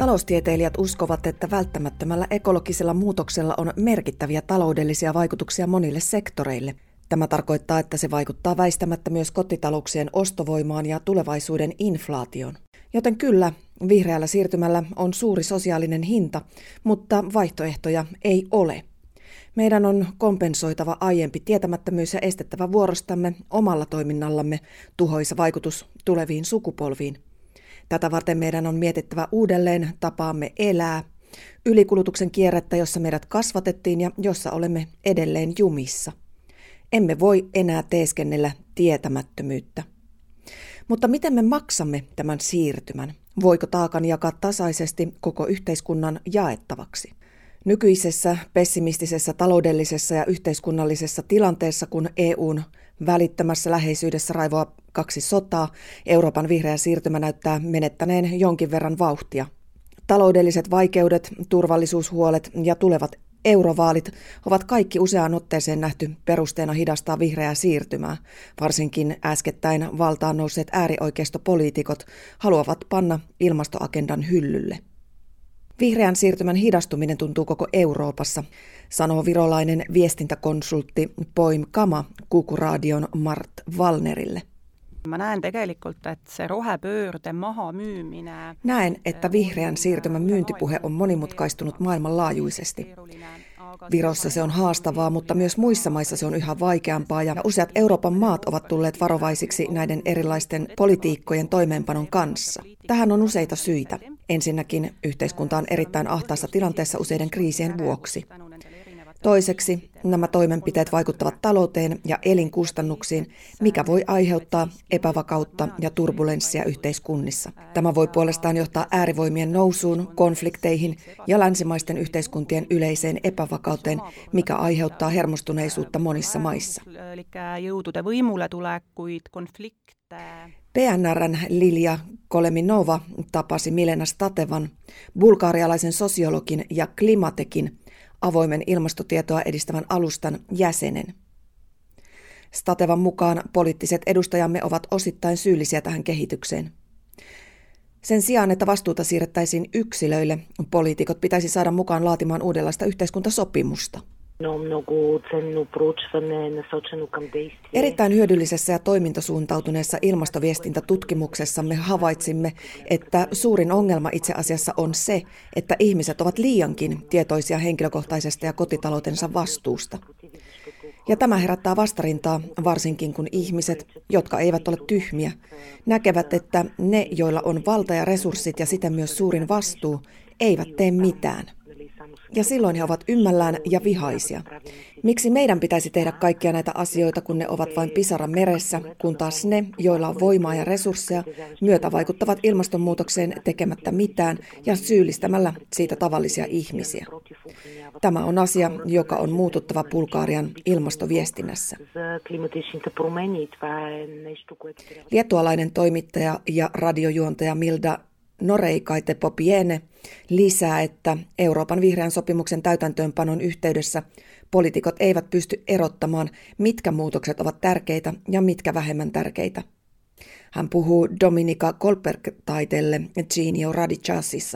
Taloustieteilijät uskovat, että välttämättömällä ekologisella muutoksella on merkittäviä taloudellisia vaikutuksia monille sektoreille. Tämä tarkoittaa, että se vaikuttaa väistämättä myös kotitalouksien ostovoimaan ja tulevaisuuden inflaatioon. Joten kyllä, vihreällä siirtymällä on suuri sosiaalinen hinta, mutta vaihtoehtoja ei ole. Meidän on kompensoitava aiempi tietämättömyys ja estettävä vuorostamme omalla toiminnallamme tuhoisa vaikutus tuleviin sukupolviin. Tätä varten meidän on mietittävä uudelleen tapaamme elää, ylikulutuksen kierrettä, jossa meidät kasvatettiin ja jossa olemme edelleen jumissa. Emme voi enää teeskennellä tietämättömyyttä. Mutta miten me maksamme tämän siirtymän? Voiko taakan jakaa tasaisesti koko yhteiskunnan jaettavaksi? Nykyisessä pessimistisessä taloudellisessa ja yhteiskunnallisessa tilanteessa, kun EUn välittömässä läheisyydessä raivoaa 2 sotaa, Euroopan vihreä siirtymä näyttää menettäneen jonkin verran vauhtia. Taloudelliset vaikeudet, turvallisuushuolet ja tulevat eurovaalit ovat kaikki useaan otteeseen nähty perusteena hidastaa vihreää siirtymää. Varsinkin äskettäin valtaan nousseet äärioikeistopoliitikot haluavat panna ilmastoagendan hyllylle. Vihreän siirtymän hidastuminen tuntuu koko Euroopassa, sanoo virolainen viestintäkonsultti Poim Kama Kuku-radion Mart Valnerille. Näen, että vihreän siirtymän myyntipuhe on monimutkaistunut maailmanlaajuisesti. Virossa se on haastavaa, mutta myös muissa maissa se on yhä vaikeampaa ja useat Euroopan maat ovat tulleet varovaisiksi näiden erilaisten politiikkojen toimeenpanon kanssa. Tähän on useita syitä. Ensinnäkin yhteiskunta on erittäin ahtaassa tilanteessa useiden kriisien vuoksi. Toiseksi nämä toimenpiteet vaikuttavat talouteen ja elinkustannuksiin, mikä voi aiheuttaa epävakautta ja turbulenssia yhteiskunnissa. Tämä voi puolestaan johtaa äärivoimien nousuun, konflikteihin ja länsimaisten yhteiskuntien yleiseen epävakauteen, mikä aiheuttaa hermostuneisuutta monissa maissa. PNR:n Lilja Koleminova tapasi Milena Statevan, bulgarialaisen sosiologin ja Klimatekin, avoimen ilmastotietoa edistävän alustan jäsenen. Statevan mukaan poliittiset edustajamme ovat osittain syyllisiä tähän kehitykseen. Sen sijaan, että vastuuta siirrettäisiin yksilöille, poliitikot pitäisi saada mukaan laatimaan uudenlaista yhteiskuntasopimusta. Erittäin hyödyllisessä ja toimintasuuntautuneessa ilmastoviestintätutkimuksessamme havaitsimme, että suurin ongelma itse asiassa on se, että ihmiset ovat liiankin tietoisia henkilökohtaisesta ja kotitaloutensa vastuusta. Ja tämä herättää vastarintaa, varsinkin kun ihmiset, jotka eivät ole tyhmiä, näkevät, että ne, joilla on valta ja resurssit ja siten myös suurin vastuu, eivät tee mitään. Ja silloin he ovat ymmällään ja vihaisia. Miksi meidän pitäisi tehdä kaikkia näitä asioita, kun ne ovat vain pisara meressä, kun taas ne, joilla on voimaa ja resursseja, myötävaikuttavat ilmastonmuutokseen tekemättä mitään ja syyllistämällä siitä tavallisia ihmisiä. Tämä on asia, joka on muututtava Bulgarian ilmastoviestinnässä. Liettualainen toimittaja ja radiojuontaja Milda Noreikaite-Popiene lisää, että Euroopan vihreän sopimuksen täytäntöönpanon yhteydessä poliitikot eivät pysty erottamaan, mitkä muutokset ovat tärkeitä ja mitkä vähemmän tärkeitä. Hän puhuu Dominika Kolpertaitelle Ginio Radicasissa.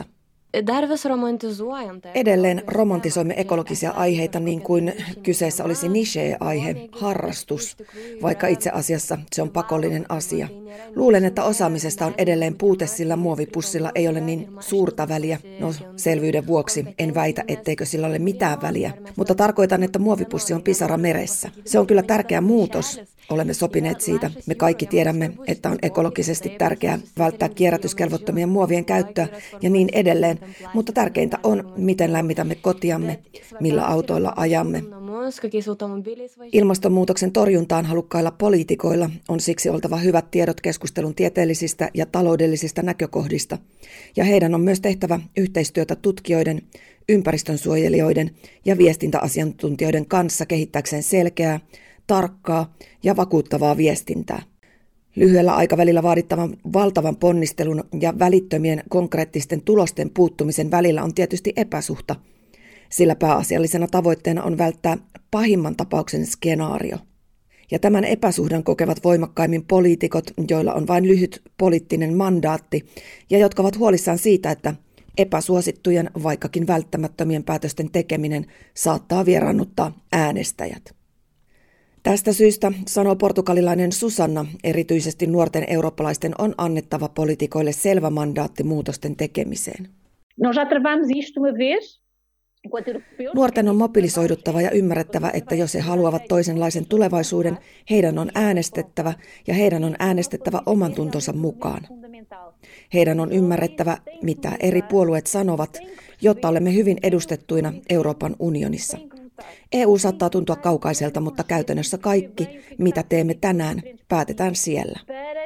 Edelleen romantisoimme ekologisia aiheita niin kuin kyseessä olisi niche-aihe, harrastus, vaikka itse asiassa se on pakollinen asia. Luulen, että osaamisesta on edelleen puute, sillä muovipussilla ei ole niin suurta väliä. No, selvyyden vuoksi en väitä, etteikö sillä ole mitään väliä, mutta tarkoitan, että muovipussi on pisara meressä. Se on kyllä tärkeä muutos. Olemme sopineet siitä. Me kaikki tiedämme, että on ekologisesti tärkeää välttää kierrätyskelvottomien muovien käyttöä ja niin edelleen, mutta tärkeintä on, miten lämmitämme kotiamme, millä autoilla ajamme. Ilmastonmuutoksen torjuntaan halukkailla poliitikoilla on siksi oltava hyvät tiedot keskustelun tieteellisistä ja taloudellisista näkökohdista, ja heidän on myös tehtävä yhteistyötä tutkijoiden, ympäristönsuojelijoiden ja viestintäasiantuntijoiden kanssa kehittääkseen selkeää, tarkkaa ja vakuuttavaa viestintää. Lyhyellä aikavälillä vaadittavan valtavan ponnistelun ja välittömien konkreettisten tulosten puuttumisen välillä on tietysti epäsuhta, sillä pääasiallisena tavoitteena on välttää pahimman tapauksen skenaario. Ja tämän epäsuhdan kokevat voimakkaimmin poliitikot, joilla on vain lyhyt poliittinen mandaatti ja jotka ovat huolissaan siitä, että Epäsuosittujen, vaikkakin välttämättömien päätösten tekeminen saattaa vieraannuttaa äänestäjät. Tästä syystä, sanoo portugalilainen Susanna, erityisesti nuorten eurooppalaisten on annettava poliitikoille selvä mandaatti muutosten tekemiseen. Nuorten on mobilisoiduttava ja ymmärrettävä, että jos he haluavat toisenlaisen tulevaisuuden, heidän on äänestettävä ja heidän on äänestettävä oman tuntonsa mukaan. Heidän on ymmärrettävä, mitä eri puolueet sanovat, jotta olemme hyvin edustettuina Euroopan unionissa. EU saattaa tuntua kaukaiselta, mutta käytännössä kaikki, mitä teemme tänään, päätetään siellä.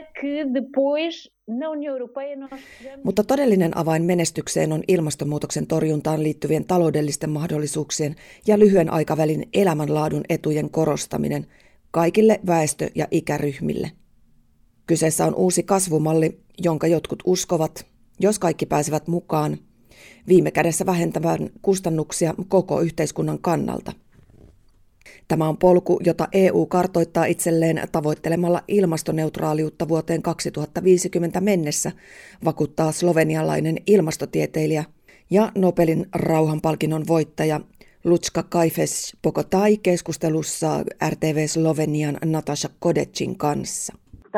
Mutta todellinen avain menestykseen on ilmastonmuutoksen torjuntaan liittyvien taloudellisten mahdollisuuksien ja lyhyen aikavälin elämänlaadun etujen korostaminen kaikille väestö- ja ikäryhmille. Kyseessä on uusi kasvumalli, jonka jotkut uskovat, jos kaikki pääsevät mukaan, viime kädessä vähentämään kustannuksia koko yhteiskunnan kannalta. Tämä on polku, jota EU kartoittaa itselleen tavoittelemalla ilmastoneutraaliutta vuoteen 2050 mennessä, vakuuttaa slovenialainen ilmastotieteilijä ja Nobelin rauhanpalkinnon voittaja Lučka Kajfež-Pokotai keskustelussa RTV Slovenian Nataša Kodecin kanssa.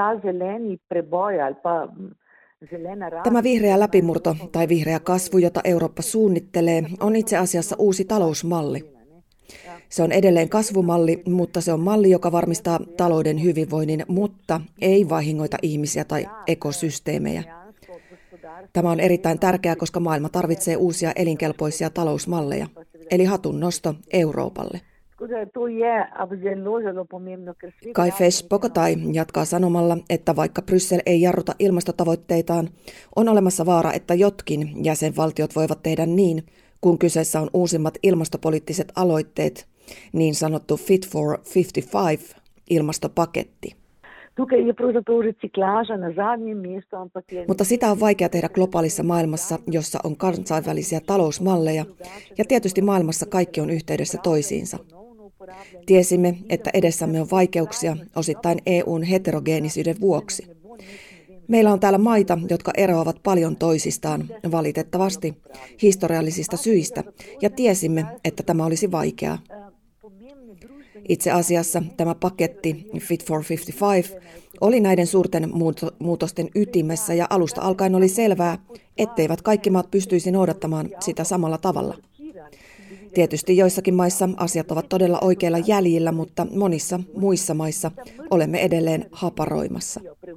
Tämä vihreä läpimurto tai vihreä kasvu, jota Eurooppa suunnittelee, on itse asiassa uusi talousmalli. Se on edelleen kasvumalli, mutta se on malli, joka varmistaa talouden hyvinvoinnin, mutta ei vahingoita ihmisiä tai ekosysteemejä. Tämä on erittäin tärkeää, koska maailma tarvitsee uusia elinkelpoisia talousmalleja, eli hatunnosto Euroopalle. Kajfež-Pokotai jatkaa sanomalla, että vaikka Bryssel ei jarruta ilmastotavoitteitaan, on olemassa vaara, että jotkin jäsenvaltiot voivat tehdä niin, kun kyseessä on uusimmat ilmastopoliittiset aloitteet, niin sanottu Fit for 55 ilmastopaketti. Mutta sitä on vaikea tehdä globaalissa maailmassa, jossa on kansainvälisiä talousmalleja, ja tietysti maailmassa kaikki on yhteydessä toisiinsa. Tiesimme, että edessämme on vaikeuksia osittain EUn heterogeenisyyden vuoksi. Meillä on täällä maita, jotka eroavat paljon toisistaan, valitettavasti, historiallisista syistä, ja tiesimme, että tämä olisi vaikeaa. Itse asiassa tämä paketti Fit for 55 oli näiden suurten muutosten ytimessä ja alusta alkaen oli selvää, etteivät kaikki maat pystyisi noudattamaan sitä samalla tavalla. Tietysti joissakin maissa asiat ovat todella oikeilla jäljillä, mutta monissa muissa maissa olemme edelleen haparoimassa.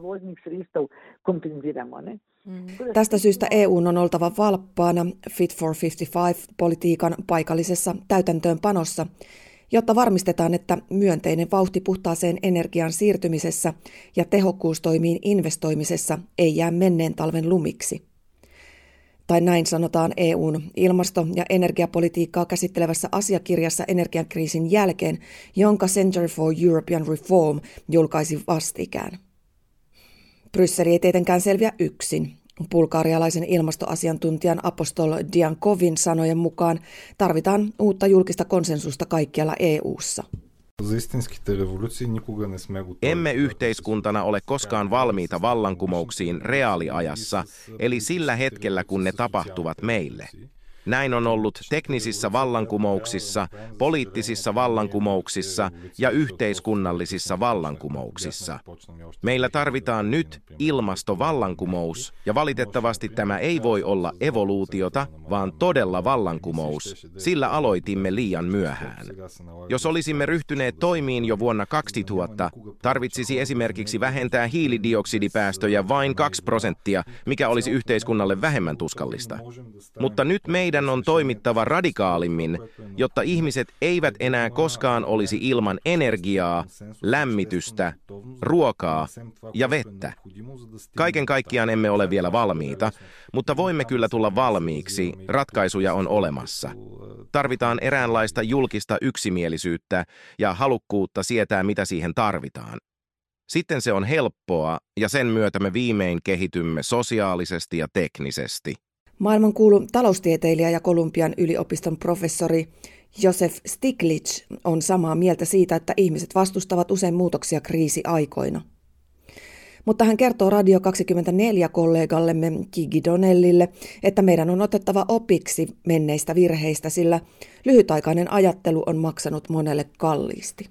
Tästä syystä EU:n on oltava valppaana Fit for 55-politiikan paikallisessa täytäntöönpanossa, jotta varmistetaan, että myönteinen vauhti puhtaaseen energian siirtymisessä ja tehokkuustoimiin investoimisessa ei jää menneen talven lumiksi. Tai näin sanotaan EUn ilmasto- ja energiapolitiikkaa käsittelevässä asiakirjassa energiakriisin jälkeen, jonka Center for European Reform julkaisi vastikään. Brysseli ei tietenkään selviä yksin. Bulgarialaisen ilmastoasiantuntijan Apostol Diankovin sanojen mukaan tarvitaan uutta julkista konsensusta kaikkialla EU:ssa. Emme yhteiskuntana ole koskaan valmiita vallankumouksiin reaaliajassa, eli sillä hetkellä, kun ne tapahtuvat meille. Näin on ollut teknisissä vallankumouksissa, poliittisissa vallankumouksissa ja yhteiskunnallisissa vallankumouksissa. Meillä tarvitaan nyt ilmastovallankumous, ja valitettavasti tämä ei voi olla evoluutiota, vaan todella vallankumous, sillä aloitimme liian myöhään. Jos olisimme ryhtyneet toimiin jo vuonna 2000, tarvitsisi esimerkiksi vähentää hiilidioksidipäästöjä vain 2%, mikä olisi yhteiskunnalle vähemmän tuskallista. Mutta nyt meidän on toimittava radikaalimmin, jotta ihmiset eivät enää koskaan olisi ilman energiaa, lämmitystä, ruokaa ja vettä. Kaiken kaikkiaan emme ole vielä valmiita, mutta voimme kyllä tulla valmiiksi, ratkaisuja on olemassa. Tarvitaan eräänlaista julkista yksimielisyyttä ja halukkuutta sietää, mitä siihen tarvitaan. Sitten se on helppoa ja sen myötä me viimein kehitymme sosiaalisesti ja teknisesti. Maailmankuulu taloustieteilijä ja Kolumbian yliopiston professori Joseph Stiglitz on samaa mieltä siitä, että ihmiset vastustavat usein muutoksia kriisiaikoina. Mutta hän kertoo Radio 24-kollegallemme Gigi Donnellille, että meidän on otettava opiksi menneistä virheistä, sillä lyhytaikainen ajattelu on maksanut monelle kalliisti.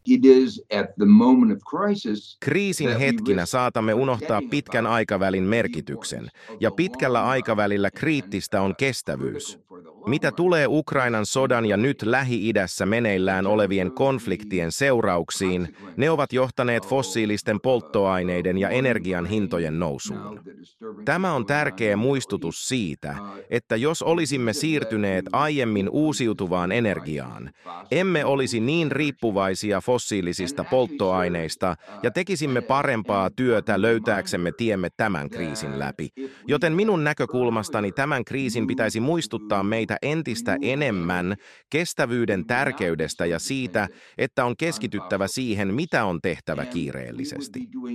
Kriisin hetkinä saatamme unohtaa pitkän aikavälin merkityksen, ja pitkällä aikavälillä kriittistä on kestävyys. Mitä tulee Ukrainan sodan ja nyt Lähi-idässä meneillään olevien konfliktien seurauksiin, ne ovat johtaneet fossiilisten polttoaineiden ja energian hintojen nousuun. Tämä on tärkeä muistutus siitä, että jos olisimme siirtyneet aiemmin uusiutuvaan energiaan, emme olisi niin riippuvaisia fossiilisista polttoaineista ja tekisimme parempaa työtä löytääksemme tiemme tämän kriisin läpi. Joten minun näkökulmastani tämän kriisin pitäisi muistuttaa meitä entistä enemmän kestävyyden tärkeydestä ja siitä, että on keskityttävä siihen, mitä on tehtävä kiireellisesti.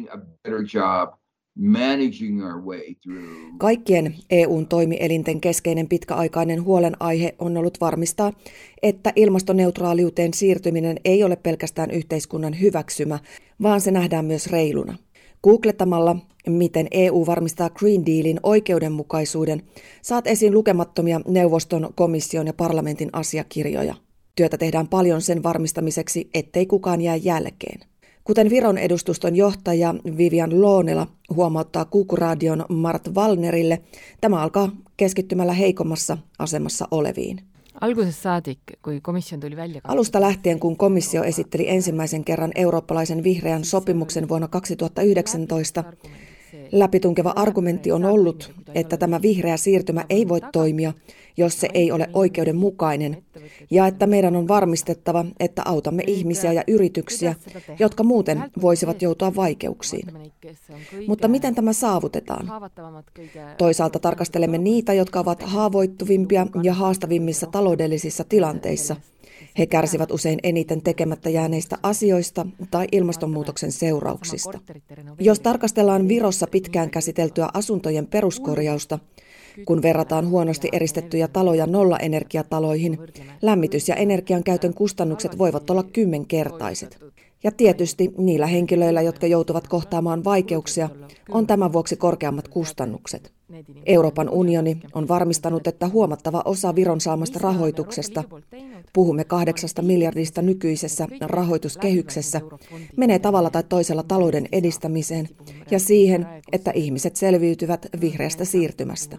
Kaikkien EU:n toimielinten keskeinen pitkäaikainen huolenaihe on ollut varmistaa, että ilmastoneutraaliuteen siirtyminen ei ole pelkästään yhteiskunnan hyväksymä, vaan se nähdään myös reiluna. Googlettamalla, miten EU varmistaa Green Dealin oikeudenmukaisuuden, saat esiin lukemattomia neuvoston, komission ja parlamentin asiakirjoja. Työtä tehdään paljon sen varmistamiseksi, ettei kukaan jää jälkeen. Kuten Viron edustuston johtaja Vivian Loonela huomauttaa Kuukuradion Mart Wallnerille, tämä alkaa keskittymällä heikommassa asemassa oleviin. Alusta lähtien, kun komissio esitteli ensimmäisen kerran eurooppalaisen vihreän sopimuksen vuonna 2019, läpitunkeva argumentti on ollut, että tämä vihreä siirtymä ei voi toimia, jos se ei ole oikeudenmukainen, ja että meidän on varmistettava, että autamme ihmisiä ja yrityksiä, jotka muuten voisivat joutua vaikeuksiin. Mutta miten tämä saavutetaan? Toisaalta tarkastelemme niitä, jotka ovat haavoittuvimpia ja haastavimmissa taloudellisissa tilanteissa. He kärsivät usein eniten tekemättä jääneistä asioista tai ilmastonmuutoksen seurauksista. Jos tarkastellaan Virossa pitkään käsiteltyä asuntojen peruskorjausta, kun verrataan huonosti eristettyjä taloja nollaenergiataloihin, lämmitys- ja energian käytön kustannukset voivat olla 10-kertaiset. Ja tietysti niillä henkilöillä, jotka joutuvat kohtaamaan vaikeuksia, on tämän vuoksi korkeammat kustannukset. Euroopan unioni on varmistanut, että huomattava osa Viron saamasta rahoituksesta, puhumme 8 miljardista nykyisessä rahoituskehyksessä, menee tavalla tai toisella talouden edistämiseen ja siihen, että ihmiset selviytyvät vihreästä siirtymästä.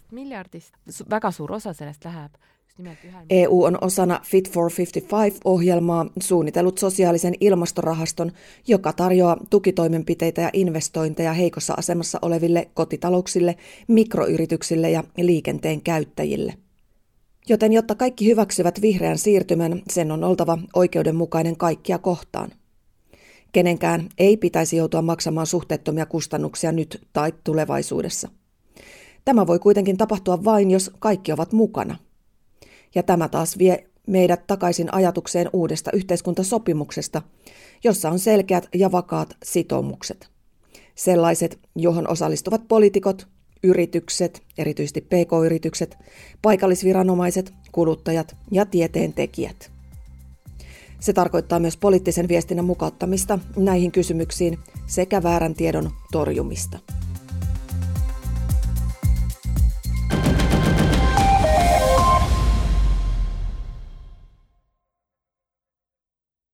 EU on osana Fit for 55-ohjelmaa suunnitellut sosiaalisen ilmastorahaston, joka tarjoaa tukitoimenpiteitä ja investointeja heikossa asemassa oleville kotitalouksille, mikroyrityksille ja liikenteen käyttäjille. Joten jotta kaikki hyväksyvät vihreän siirtymän, sen on oltava oikeudenmukainen kaikkia kohtaan. Kenenkään ei pitäisi joutua maksamaan suhteettomia kustannuksia nyt tai tulevaisuudessa. Tämä voi kuitenkin tapahtua vain, jos kaikki ovat mukana. Ja tämä taas vie meidät takaisin ajatukseen uudesta yhteiskuntasopimuksesta, jossa on selkeät ja vakaat sitoumukset. Sellaiset, johon osallistuvat poliitikot, yritykset, erityisesti pk-yritykset, paikallisviranomaiset, kuluttajat ja tieteentekijät. Se tarkoittaa myös poliittisen viestinnän mukauttamista näihin kysymyksiin sekä väärän tiedon torjumista.